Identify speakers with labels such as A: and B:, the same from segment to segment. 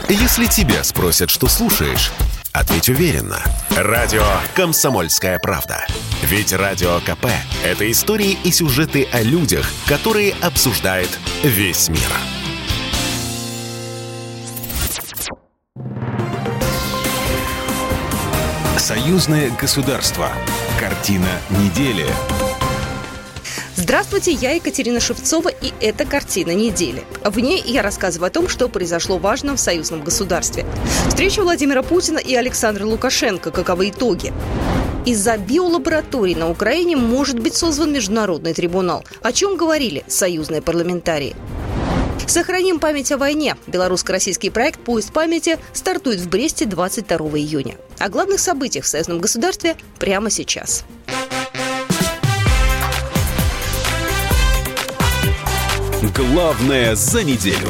A: Если тебя спросят, что слушаешь, ответь уверенно. Радио «Комсомольская правда». Ведь Радио КП – это истории и сюжеты о людях, которые обсуждает весь мир. Союзное государство. Картина недели.
B: Здравствуйте, я Екатерина Шевцова, и это «Картина недели». В ней я рассказываю о том, что произошло важно в союзном государстве. Встреча Владимира Путина и Александра Лукашенко. Каковы итоги? Из-за биолабораторий на Украине может быть создан международный трибунал. О чем говорили союзные парламентарии? Сохраним память о войне. Белорусско-российский проект «Поезд памяти» стартует в Бресте 22 июня. О главных событиях в союзном государстве прямо сейчас.
A: Главное за неделю.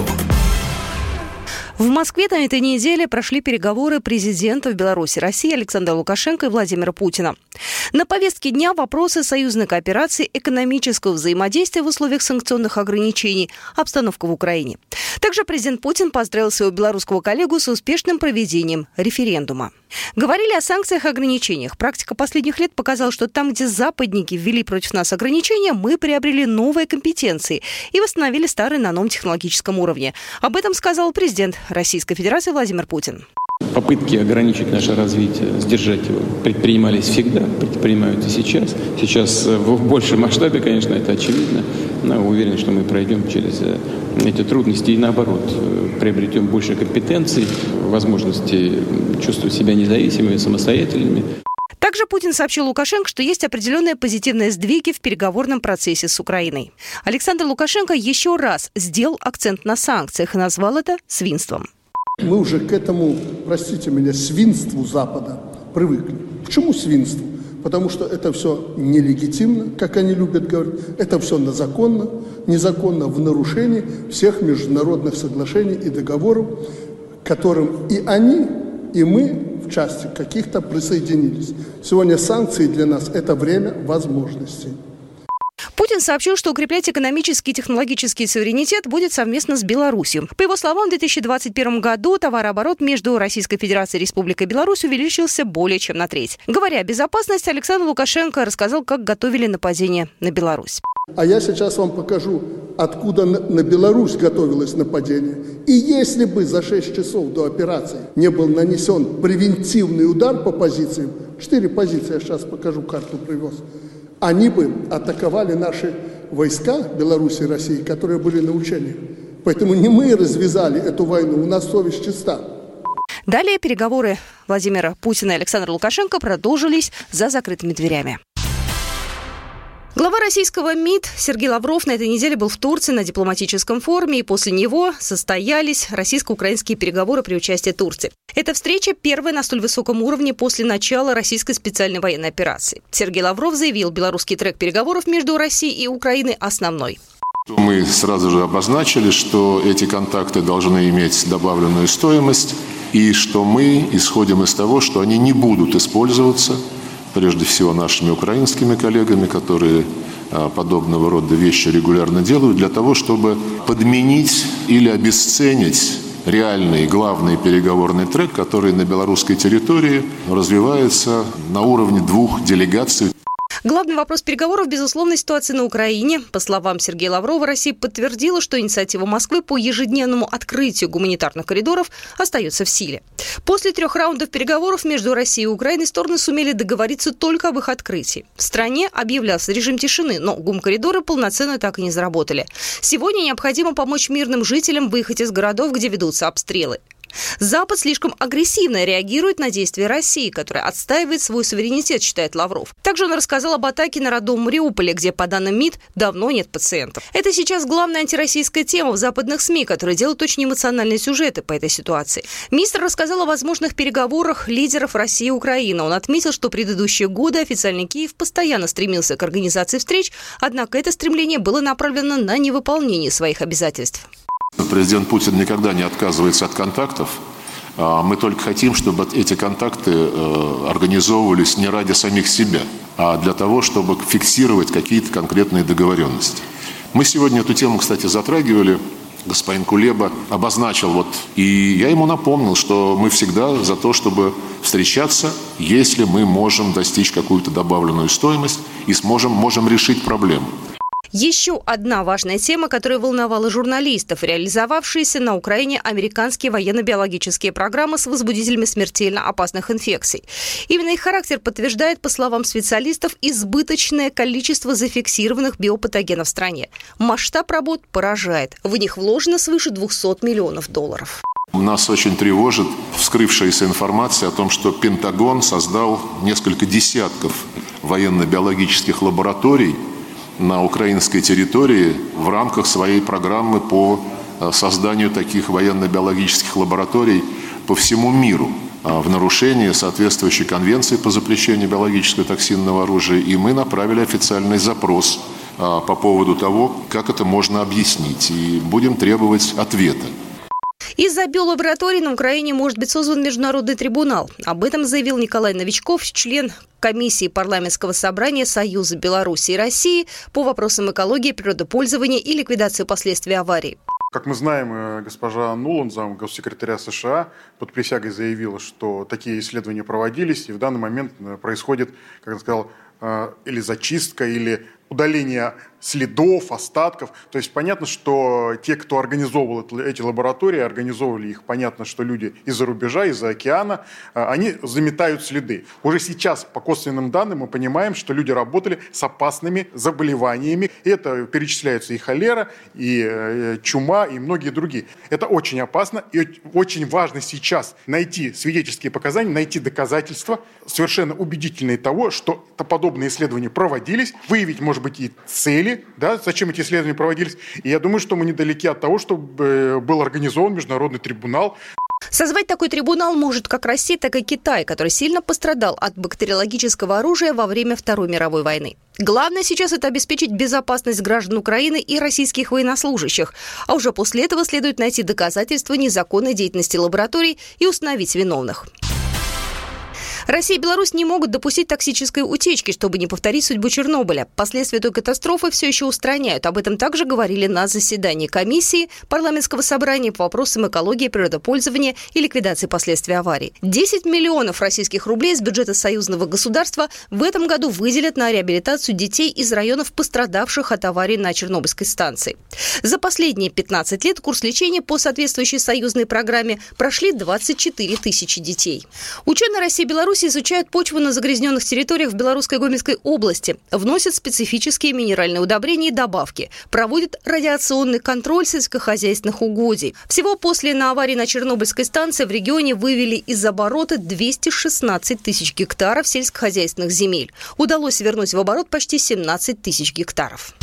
B: В Москве на этой неделе прошли переговоры президентов Беларуси, России Александра Лукашенко и Владимира Путина. На повестке дня вопросы союзной кооперации, экономического взаимодействия в условиях санкционных ограничений, обстановка в Украине. Также президент Путин поздравил своего белорусского коллегу с успешным проведением референдума. Говорили о санкциях и ограничениях. Практика последних лет показала, что там, где западники ввели против нас ограничения, мы приобрели новые компетенции и восстановили старые на новом технологическом уровне. Об этом сказал президент Российской Федерации Владимир Путин.
C: Попытки ограничить наше развитие, сдержать его, предпринимались всегда, предпринимают и сейчас. Сейчас в большем масштабе, конечно, это очевидно. Но уверен, что мы пройдем через эти трудности и, наоборот, приобретем больше компетенций, возможности чувствовать себя независимыми, самостоятельными.
B: Также Путин сообщил Лукашенко, что есть определенные позитивные сдвиги в переговорном процессе с Украиной. Александр Лукашенко еще раз сделал акцент на санкциях и назвал это свинством.
D: Мы уже к этому, простите меня, свинству Запада привыкли. К чему свинству? Потому что это все нелегитимно, как они любят говорить. Это все незаконно в нарушении всех международных соглашений и договоров, к которым и они, и мы в части каких-то присоединились. Сегодня санкции для нас – это время возможностей.
B: Путин сообщил, что укреплять экономический и технологический суверенитет будет совместно с Беларусью. По его словам, в 2021 году товарооборот между Российской Федерацией и Республикой Беларусь увеличился более чем на треть. Говоря о безопасности, Александр Лукашенко рассказал, как готовили нападение на Беларусь.
D: А я сейчас вам покажу, откуда на Беларусь готовилось нападение. И если бы за 6 часов до операции не был нанесен превентивный удар по позициям, 4 позиции, я сейчас покажу, карту привез, они бы атаковали наши войска Беларуси и России, которые были на учениях. Поэтому не мы развязали эту войну, у нас совесть чиста.
B: Далее переговоры Владимира Путина и Александра Лукашенко продолжились за закрытыми дверями. Глава российского МИД Сергей Лавров на этой неделе был в Турции на дипломатическом форуме, и после него состоялись российско-украинские переговоры при участии Турции. Эта встреча первая на столь высоком уровне после начала российской специальной военной операции. Сергей Лавров заявил, белорусский трек переговоров между Россией и Украиной основной.
E: Мы сразу же обозначили, что эти контакты должны иметь добавленную стоимость, и что мы исходим из того, что они не будут использоваться прежде всего нашими украинскими коллегами, которые подобного рода вещи регулярно делают, для того, чтобы подменить или обесценить реальный главный переговорный трек, который на белорусской территории развивается на уровне 2 делегаций.
B: Главный вопрос переговоров, безусловно, ситуация на Украине. По словам Сергея Лаврова, Россия подтвердила, что инициатива Москвы по ежедневному открытию гуманитарных коридоров остается в силе. После 3 раундов переговоров между Россией и Украиной стороны сумели договориться только об их открытии. В стране объявлялся режим тишины, но гумкоридоры полноценно так и не заработали. Сегодня необходимо помочь мирным жителям выехать из городов, где ведутся обстрелы. Запад слишком агрессивно реагирует на действия России, которая отстаивает свой суверенитет, считает Лавров. Также он рассказал об атаке на роддом в Мариуполе, где, по данным МИД, давно нет пациентов. Это сейчас главная антироссийская тема в западных СМИ, которые делают очень эмоциональные сюжеты по этой ситуации. Министр рассказал о возможных переговорах лидеров России и Украины. Он отметил, что предыдущие годы официальный Киев постоянно стремился к организации встреч, однако это стремление было направлено на невыполнение своих обязательств.
E: Президент Путин никогда не отказывается от контактов. Мы только хотим, чтобы эти контакты организовывались не ради самих себя, а для того, чтобы фиксировать какие-то конкретные договоренности. Мы сегодня эту тему, кстати, затрагивали господин Кулеба обозначил. И я ему напомнил, что мы всегда за то, чтобы встречаться, если мы можем достичь какую-то добавленную стоимость и можем решить проблему.
B: Еще одна важная тема, которая волновала журналистов, реализовавшиеся на Украине американские военно-биологические программы с возбудителями смертельно опасных инфекций. Именно их характер подтверждает, по словам специалистов, избыточное количество зафиксированных биопатогенов в стране. Масштаб работ поражает. В них вложено свыше $200 миллионов.
E: Нас очень тревожит вскрывшаяся информация о том, что Пентагон создал несколько десятков военно-биологических лабораторий на украинской территории в рамках своей программы по созданию таких военно-биологических лабораторий по всему миру в нарушении соответствующей конвенции по запрещению биологического токсинного оружия. И мы направили официальный запрос по поводу того, как это можно объяснить, и будем требовать ответа.
B: Из-за биолабораторий на Украине может быть создан международный трибунал. Об этом заявил Николай Новичков, член комиссии парламентского собрания Союза Беларуси и России по вопросам экологии, природопользования и ликвидации последствий аварии.
F: Как мы знаем, госпожа Нуланд, зам госсекретаря США, под присягой заявила, что такие исследования проводились, и в данный момент происходит, как он сказал, или зачистка, или удаление следов, остатков. То есть понятно, что те, кто организовывал эти лаборатории, организовывали их, понятно, что люди из-за рубежа, из-за океана, они заметают следы. Уже сейчас по косвенным данным мы понимаем, что люди работали с опасными заболеваниями. Это перечисляются и холера, и чума, и многие другие. Это очень опасно, и очень важно сейчас найти свидетельские показания, найти доказательства, совершенно убедительные того, что подобные исследования проводились, выявить, может быть, и цели, да, зачем эти исследования проводились. И я думаю, что мы недалеки от того, чтобы был организован международный трибунал.
B: Созвать такой трибунал может как Россия, так и Китай, который сильно пострадал от бактериологического оружия во время Второй мировой войны. Главное сейчас – это обеспечить безопасность граждан Украины и российских военнослужащих. А уже после этого следует найти доказательства незаконной деятельности лабораторий и установить виновных. Россия и Беларусь не могут допустить токсической утечки, чтобы не повторить судьбу Чернобыля. Последствия той катастрофы все еще устраняют. Об этом также говорили на заседании комиссии парламентского собрания по вопросам экологии, природопользования и ликвидации последствий аварии. 10 миллионов российских рублей из бюджета союзного государства в этом году выделят на реабилитацию детей из районов, пострадавших от аварии на Чернобыльской станции. За последние 15 лет курс лечения по соответствующей союзной программе прошли 24 тысячи детей. Ученые России и Беларуси изучают почву на загрязненных территориях в Белорусской и Гомельской области, вносят специфические минеральные удобрения и добавки, проводят радиационный контроль сельскохозяйственных угодий. Всего после аварии на Чернобыльской станции в регионе вывели из оборота 216 тысяч гектаров сельскохозяйственных земель. Удалось вернуть в оборот почти 17 тысяч гектаров.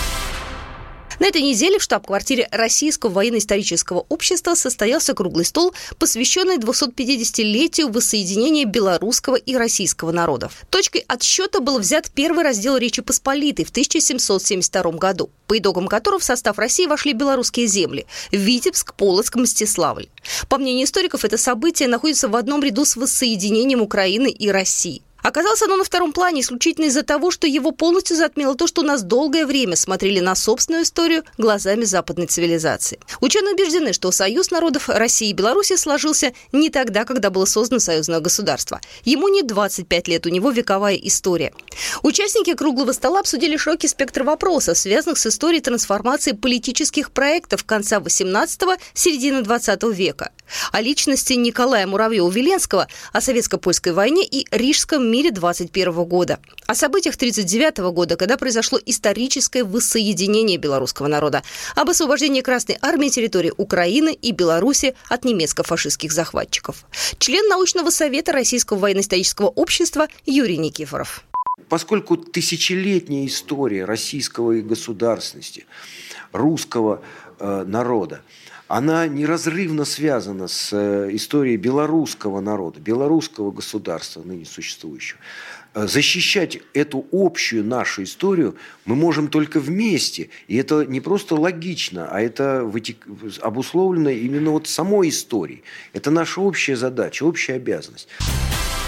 B: На этой неделе в штаб-квартире Российского военно-исторического общества состоялся круглый стол, посвященный 250-летию воссоединения белорусского и российского народов. Точкой отсчета был взят первый раздел Речи Посполитой в 1772 году, по итогам которого в состав России вошли белорусские земли – Витебск, Полоцк, Мстиславль. По мнению историков, это событие находится в одном ряду с воссоединением Украины и России. Оказалось оно на втором плане исключительно из-за того, что его полностью затмило то, что у нас долгое время смотрели на собственную историю глазами западной цивилизации. Ученые убеждены, что союз народов России и Беларуси сложился не тогда, когда было создано союзное государство. Ему не 25 лет, у него вековая история. Участники круглого стола обсудили широкий спектр вопросов, связанных с историей трансформации политических проектов конца XVIII – середины XX века. О личности Николая Муравьева-Веленского, о советско-польской войне и Рижском мире 21 года. О событиях 1939 года, когда произошло историческое воссоединение белорусского народа. Об освобождении Красной армии территории Украины и Беларуси от немецко-фашистских захватчиков. Член научного совета Российского военно-исторического общества Юрий Никифоров.
G: Поскольку тысячелетняя история российского государственности, русского народа, она неразрывно связана с историей белорусского народа, белорусского государства, ныне существующего. Защищать эту общую нашу историю мы можем только вместе. И это не просто логично, а это обусловлено именно самой историей. Это наша общая задача, общая обязанность.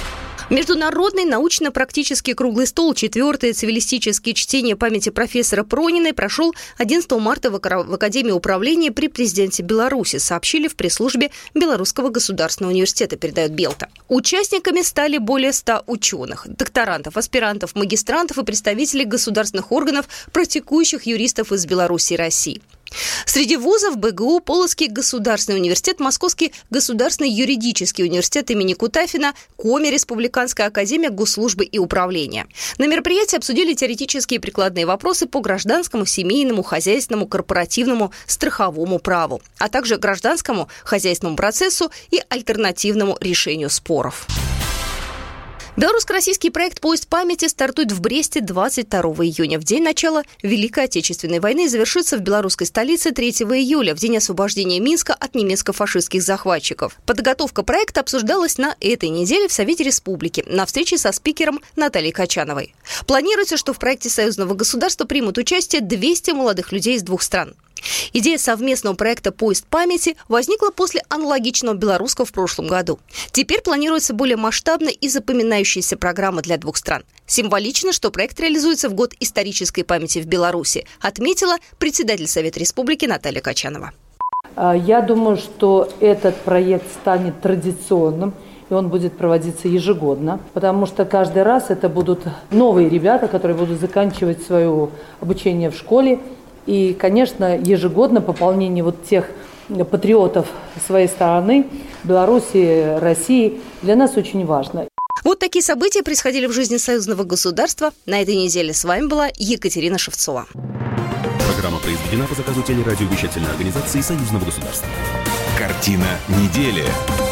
B: Международный научно-практический круглый стол «Четвертое цивилистические чтения памяти профессора Прониной» прошел 11 марта в Академии управления при президенте Беларуси, сообщили в пресс-службе Белорусского государственного университета, передает Белта. Участниками стали более 100 ученых, докторантов, аспирантов, магистрантов и представителей государственных органов, практикующих юристов из Беларуси и России. Среди вузов БГУ, Полоцкий государственный университет, Московский государственный юридический университет имени Кутафина, Коми, Республиканская академия госслужбы и управления. На мероприятии обсудили теоретические и прикладные вопросы по гражданскому, семейному, хозяйственному, корпоративному, страховому праву, а также гражданскому, хозяйственному процессу и альтернативному решению споров. Белорусско-российский проект «Поезд памяти» стартует в Бресте 22 июня. В день начала Великой Отечественной войны и завершится в белорусской столице 3 июля, в день освобождения Минска от немецко-фашистских захватчиков. Подготовка проекта обсуждалась на этой неделе в Совете Республики на встрече со спикером Натальей Качановой. Планируется, что в проекте союзного государства примут участие 200 молодых людей из 2 стран. Идея совместного проекта «Поезд памяти» возникла после аналогичного белорусского в прошлом году. Теперь планируется более масштабная и запоминающаяся программа для 2 стран. Символично, что проект реализуется в год исторической памяти в Беларуси, отметила председатель Совета Республики Наталья Качанова.
H: Я думаю, что этот проект станет традиционным, и он будет проводиться ежегодно, потому что каждый раз это будут новые ребята, которые будут заканчивать свое обучение в школе. И, конечно, ежегодно пополнение вот тех патриотов своей страны, Беларуси, России, для нас очень важно.
B: Вот такие события происходили в жизни союзного государства. На этой неделе с вами была Екатерина Шевцова.
A: Программа произведена по заказу телерадиовещательной организации союзного государства. Картина недели.